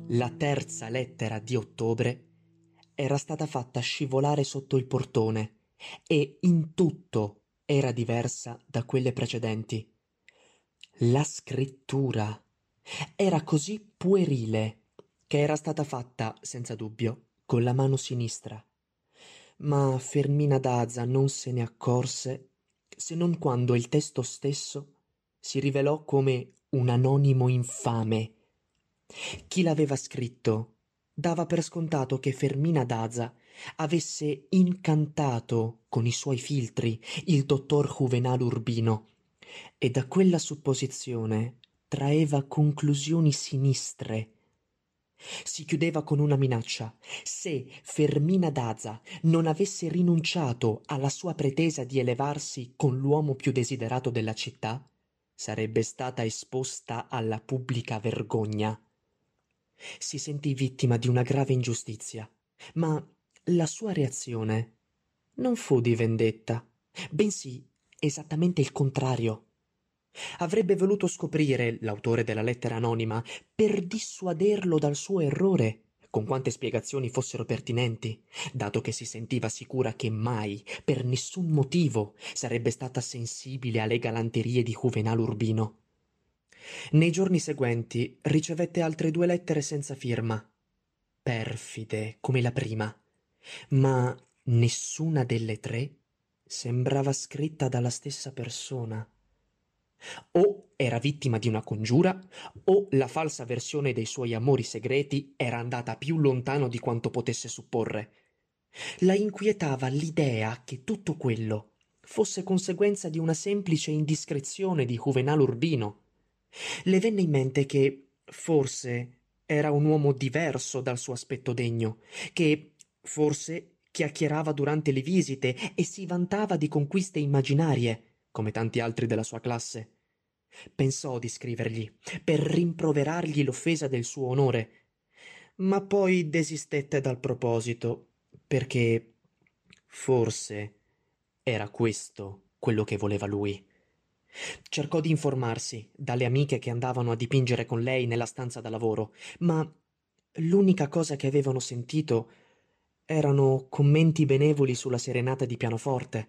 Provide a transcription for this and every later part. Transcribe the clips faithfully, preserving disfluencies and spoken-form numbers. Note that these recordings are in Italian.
La terza lettera di ottobre era stata fatta scivolare sotto il portone e in tutto era diversa da quelle precedenti. La scrittura era così puerile che era stata fatta, senza dubbio, con la mano sinistra. Ma Fermina Daza non se ne accorse se non quando il testo stesso si rivelò come un anonimo infame. Chi l'aveva scritto dava per scontato che Fermina Daza avesse incantato con i suoi filtri il dottor Juvenal Urbino e da quella supposizione traeva conclusioni sinistre. Si chiudeva con una minaccia. Se Fermina Daza non avesse rinunciato alla sua pretesa di elevarsi con l'uomo più desiderato della città, sarebbe stata esposta alla pubblica vergogna. Si sentì vittima di una grave ingiustizia, ma la sua reazione non fu di vendetta, bensì esattamente il contrario. Avrebbe voluto scoprire l'autore della lettera anonima per dissuaderlo dal suo errore, con quante spiegazioni fossero pertinenti, dato che si sentiva sicura che mai, per nessun motivo, sarebbe stata sensibile alle galanterie di Juvenal Urbino. Nei giorni seguenti ricevette altre due lettere senza firma, perfide come la prima, ma nessuna delle tre sembrava scritta dalla stessa persona. O era vittima di una congiura, o la falsa versione dei suoi amori segreti era andata più lontano di quanto potesse supporre. La inquietava l'idea che tutto quello fosse conseguenza di una semplice indiscrezione di Juvenal Urbino. Le venne in mente che forse era un uomo diverso dal suo aspetto degno, che forse chiacchierava durante le visite e si vantava di conquiste immaginarie, come tanti altri della sua classe. Pensò di scrivergli per rimproverargli l'offesa del suo onore, ma poi desistette dal proposito, perché forse era questo quello che voleva lui. Cercò di informarsi dalle amiche che andavano a dipingere con lei nella stanza da lavoro, ma l'unica cosa che avevano sentito erano commenti benevoli sulla serenata di pianoforte.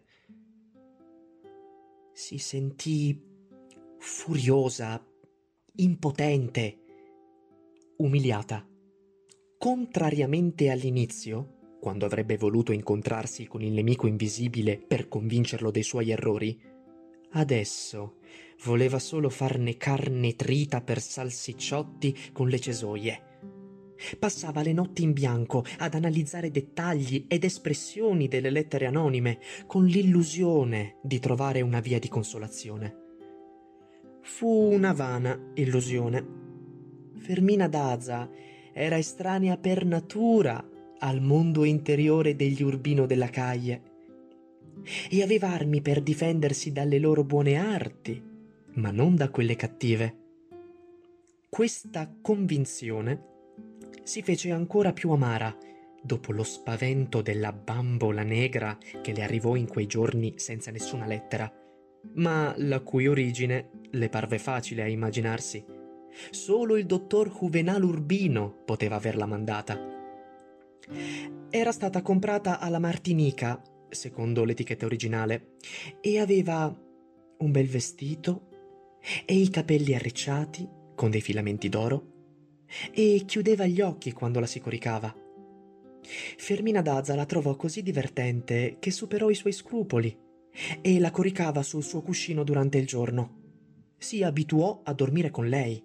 Si sentì furiosa, impotente, umiliata. Contrariamente all'inizio, quando avrebbe voluto incontrarsi con il nemico invisibile per convincerlo dei suoi errori, adesso voleva solo farne carne trita per salsicciotti con le cesoie. Passava le notti in bianco ad analizzare dettagli ed espressioni delle lettere anonime, con l'illusione di trovare una via di consolazione. Fu una vana illusione. Fermina Daza era estranea per natura al mondo interiore degli Urbino della Caille e aveva armi per difendersi dalle loro buone arti, ma non da quelle cattive. Questa convinzione si fece ancora più amara dopo lo spavento della bambola negra che le arrivò in quei giorni senza nessuna lettera, ma la cui origine le parve facile a immaginarsi. Solo il dottor Juvenal Urbino poteva averla mandata. Era stata comprata alla Martinica, secondo l'etichetta originale, e aveva un bel vestito e i capelli arricciati con dei filamenti d'oro e chiudeva gli occhi quando la si coricava. Fermina Daza la trovò così divertente che superò i suoi scrupoli e la coricava sul suo cuscino durante il giorno. Si abituò a dormire con lei.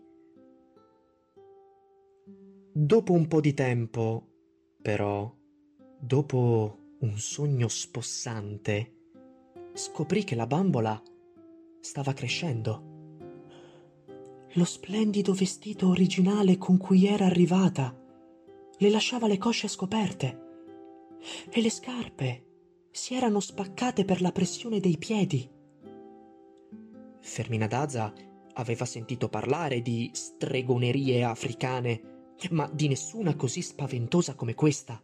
Dopo un po' di tempo, però, dopo un sogno spossante, scoprì che la bambola stava crescendo. Lo splendido vestito originale con cui era arrivata le lasciava le cosce scoperte e le scarpe si erano spaccate per la pressione dei piedi. Fermina Daza aveva sentito parlare di stregonerie africane, ma di nessuna così spaventosa come questa.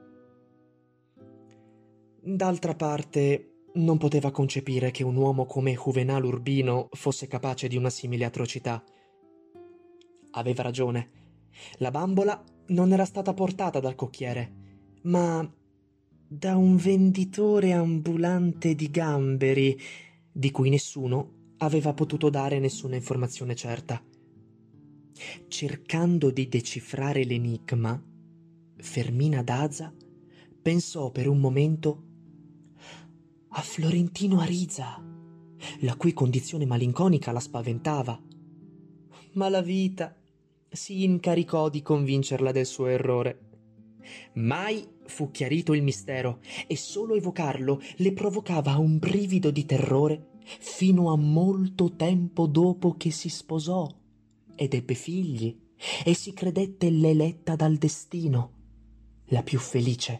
D'altra parte, non poteva concepire che un uomo come Juvenal Urbino fosse capace di una simile atrocità. Aveva ragione. La bambola non era stata portata dal cocchiere, ma da un venditore ambulante di gamberi, di cui nessuno aveva potuto dare nessuna informazione certa. Cercando di decifrare l'enigma, Fermina Daza pensò per un momento a Florentino Ariza, la cui condizione malinconica la spaventava. Ma la vita si incaricò di convincerla del suo errore. Mai fu chiarito il mistero e solo evocarlo le provocava un brivido di terrore fino a molto tempo dopo che si sposò ed ebbe figli e si credette l'eletta dal destino, la più felice.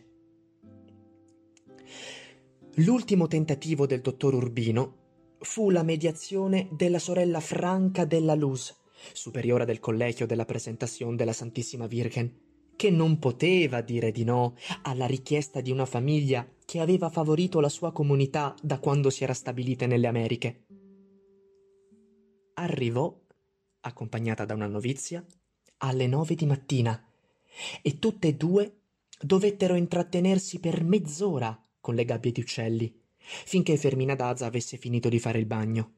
L'ultimo tentativo del dottor Urbino fu la mediazione della sorella Franca della Luz, superiora del collegio della Presentación della Santissima Virgen, che non poteva dire di no alla richiesta di una famiglia che aveva favorito la sua comunità da quando si era stabilita nelle Americhe. Arrivò, accompagnata da una novizia, alle nove di mattina e tutte e due dovettero intrattenersi per mezz'ora con le gabbie di uccelli, finché Fermina Daza avesse finito di fare il bagno.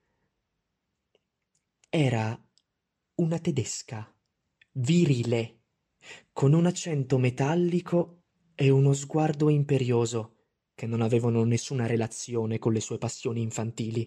Era una tedesca, virile, con un accento metallico e uno sguardo imperioso che non avevano nessuna relazione con le sue passioni infantili.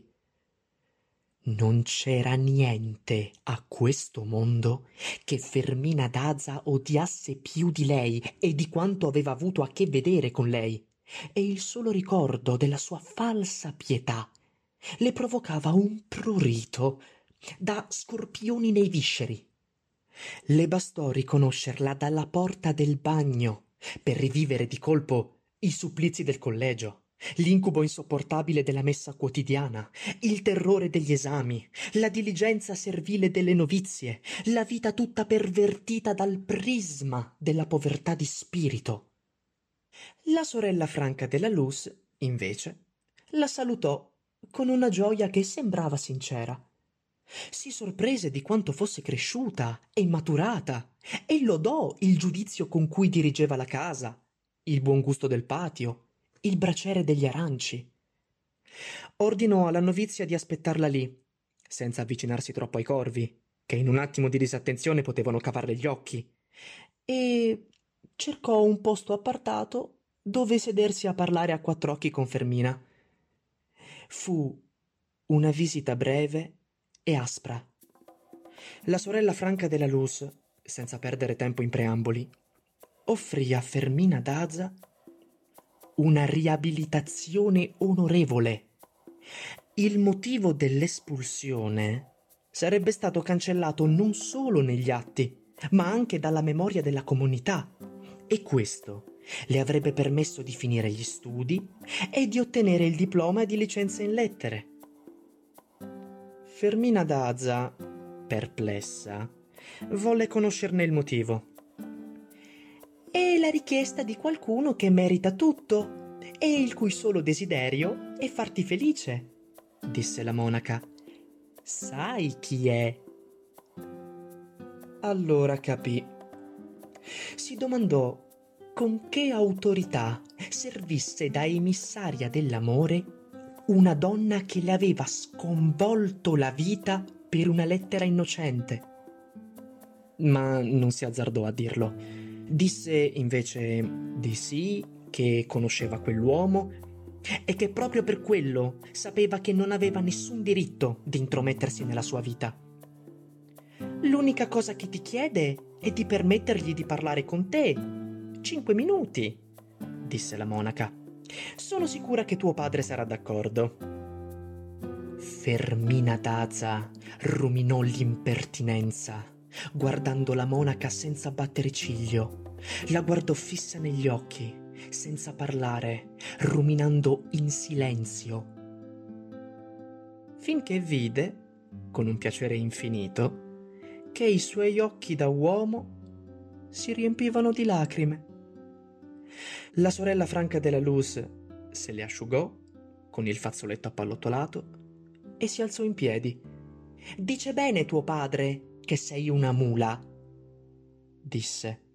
Non c'era niente a questo mondo che Fermina Daza odiasse più di lei e di quanto aveva avuto a che vedere con lei, e il solo ricordo della sua falsa pietà le provocava un prurito da scorpioni nei visceri. Le bastò riconoscerla dalla porta del bagno per rivivere di colpo i supplizi del collegio, l'incubo insopportabile della messa quotidiana, il terrore degli esami, la diligenza servile delle novizie, la vita tutta pervertita dal prisma della povertà di spirito. La sorella Franca della Luz, invece, la salutò con una gioia che sembrava sincera. Si sorprese di quanto fosse cresciuta e maturata e lodò il giudizio con cui dirigeva la casa, il buon gusto del patio, il braciere degli aranci. Ordinò alla novizia di aspettarla lì, senza avvicinarsi troppo ai corvi, che in un attimo di disattenzione potevano cavarle gli occhi, e cercò un posto appartato dove sedersi a parlare a quattro occhi con Fermina. Fu una visita breve e aspra. La sorella Franca della Luz, senza perdere tempo in preamboli, offrì a Fermina Daza una riabilitazione onorevole. Il motivo dell'espulsione sarebbe stato cancellato non solo negli atti, ma anche dalla memoria della comunità, e questo le avrebbe permesso di finire gli studi e di ottenere il diploma di licenza in lettere. Fermina Daza, perplessa, volle conoscerne il motivo. È la richiesta di qualcuno che merita tutto e il cui solo desiderio è farti felice, disse la monaca. Sai chi è? Allora capì. Si domandò con che autorità servisse da emissaria dell'amore una donna che le aveva sconvolto la vita per una lettera innocente. Ma non si azzardò a dirlo. Disse invece di sì, che conosceva quell'uomo e che proprio per quello sapeva che non aveva nessun diritto di intromettersi nella sua vita. L'unica cosa che ti chiede è di permettergli di parlare con te. Cinque minuti, disse la monaca. Sono sicura che tuo padre sarà d'accordo. Fermina Daza ruminò l'impertinenza, guardando la monaca senza battere ciglio. La guardò fissa negli occhi, senza parlare, ruminando in silenzio. Finché vide, con un piacere infinito, che i suoi occhi da uomo si riempivano di lacrime. La sorella Franca della Luz se le asciugò con il fazzoletto appallottolato e si alzò in piedi. Dice bene tuo padre che sei una mula. disse.